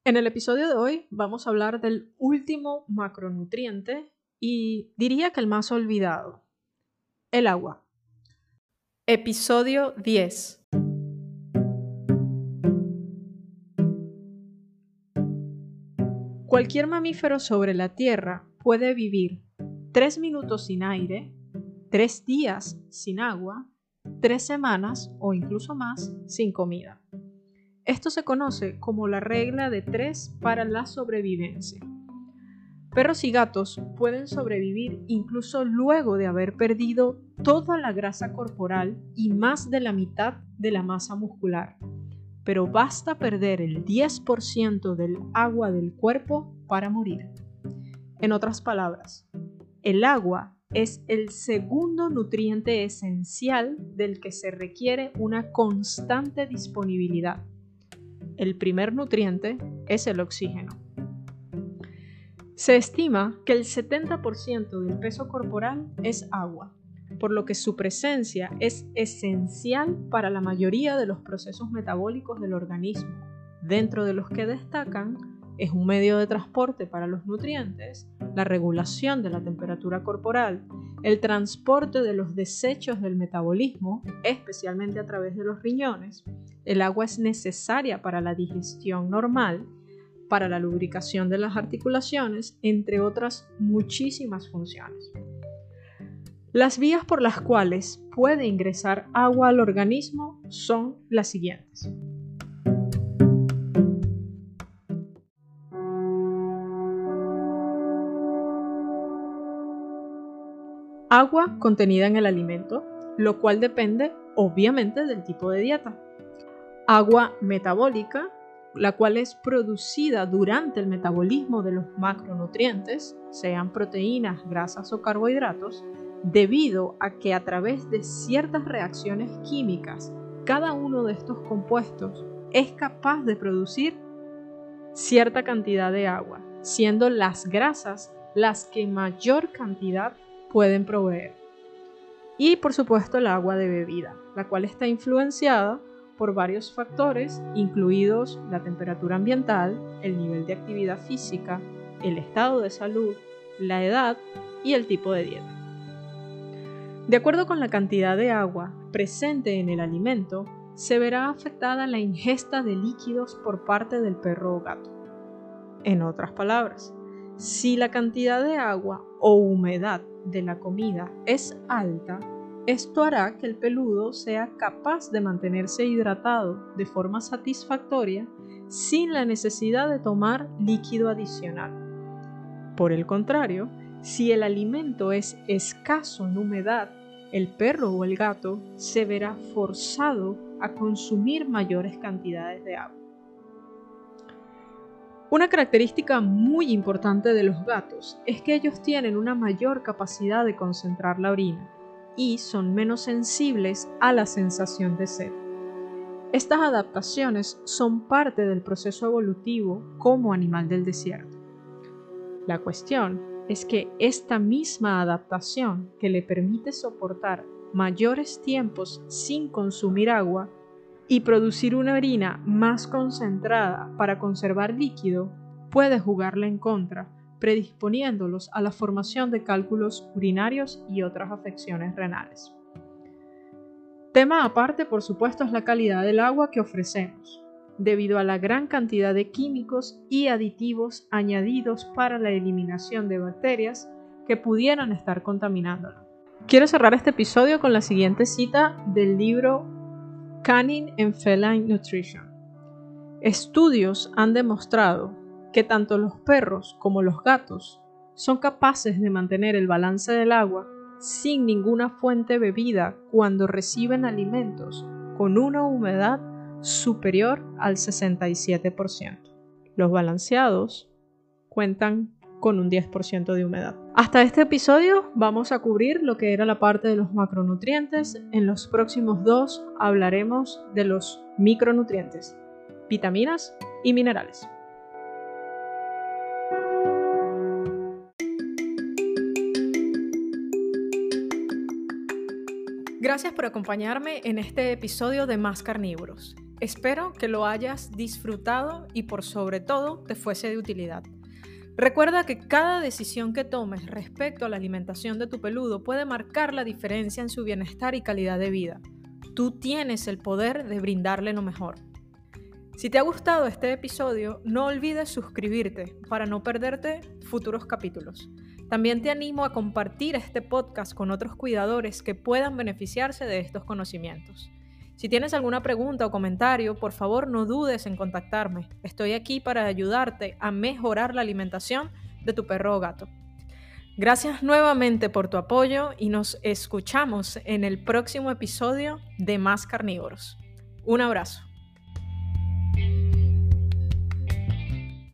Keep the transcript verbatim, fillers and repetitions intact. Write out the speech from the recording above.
En el episodio de hoy vamos a hablar del último macronutriente y diría que el más olvidado, el agua. Episodio diez. Cualquier mamífero sobre la Tierra puede vivir tres minutos sin aire, tres días sin agua, tres semanas o incluso más sin comida. Esto se conoce como la regla de tres para la sobrevivencia. Perros y gatos pueden sobrevivir incluso luego de haber perdido toda la grasa corporal y más de la mitad de la masa muscular. Pero basta perder el diez por ciento del agua del cuerpo para morir. En otras palabras, el agua es el segundo nutriente esencial del que se requiere una constante disponibilidad. El primer nutriente es el oxígeno. Se estima que el setenta por ciento del peso corporal es agua, por lo que su presencia es esencial para la mayoría de los procesos metabólicos del organismo, dentro de los que destacan es un medio de transporte para los nutrientes, la regulación de la temperatura corporal, el transporte de los desechos del metabolismo, especialmente a través de los riñones. El agua es necesaria para la digestión normal, para la lubricación de las articulaciones, entre otras muchísimas funciones. Las vías por las cuales puede ingresar agua al organismo son las siguientes. Agua contenida en el alimento, lo cual depende obviamente del tipo de dieta. Agua metabólica, la cual es producida durante el metabolismo de los macronutrientes, sean proteínas, grasas o carbohidratos, debido a que a través de ciertas reacciones químicas, cada uno de estos compuestos es capaz de producir cierta cantidad de agua, siendo las grasas las que mayor cantidad pueden proveer. Y por supuesto el agua de bebida, la cual está influenciada por varios factores, incluidos la temperatura ambiental, el nivel de actividad física, el estado de salud, la edad y el tipo de dieta. De acuerdo con la cantidad de agua presente en el alimento, se verá afectada la ingesta de líquidos por parte del perro o gato. En otras palabras, si la cantidad de agua o humedad de la comida es alta, esto hará que el peludo sea capaz de mantenerse hidratado de forma satisfactoria sin la necesidad de tomar líquido adicional. Por el contrario, si el alimento es escaso en humedad, el perro o el gato se verá forzado a consumir mayores cantidades de agua. Una característica muy importante de los gatos es que ellos tienen una mayor capacidad de concentrar la orina y son menos sensibles a la sensación de sed. Estas adaptaciones son parte del proceso evolutivo como animal del desierto. La cuestión es que esta misma adaptación que le permite soportar mayores tiempos sin consumir agua y producir una orina más concentrada para conservar líquido puede jugarle en contra, predisponiéndolos a la formación de cálculos urinarios y otras afecciones renales. Tema aparte, por supuesto, es la calidad del agua que ofrecemos, debido a la gran cantidad de químicos y aditivos añadidos para la eliminación de bacterias que pudieran estar contaminándola. Quiero cerrar este episodio con la siguiente cita del libro Canine and Feline Nutrition. Estudios han demostrado que tanto los perros como los gatos son capaces de mantener el balance del agua sin ninguna fuente bebida cuando reciben alimentos con una humedad superior al sesenta y siete por ciento. Los balanceados cuentan con un diez por ciento de humedad. Hasta este episodio vamos a cubrir lo que era la parte de los macronutrientes. En los próximos dos hablaremos de los micronutrientes, vitaminas y minerales. Gracias por acompañarme en este episodio de Más Carnívoros. Espero que lo hayas disfrutado y por sobre todo te fuese de utilidad. Recuerda que cada decisión que tomes respecto a la alimentación de tu peludo puede marcar la diferencia en su bienestar y calidad de vida. Tú tienes el poder de brindarle lo mejor. Si te ha gustado este episodio, no olvides suscribirte para no perderte futuros capítulos. También te animo a compartir este podcast con otros cuidadores que puedan beneficiarse de estos conocimientos. Si tienes alguna pregunta o comentario, por favor no dudes en contactarme. Estoy aquí para ayudarte a mejorar la alimentación de tu perro o gato. Gracias nuevamente por tu apoyo y nos escuchamos en el próximo episodio de Más Carnívoros. Un abrazo.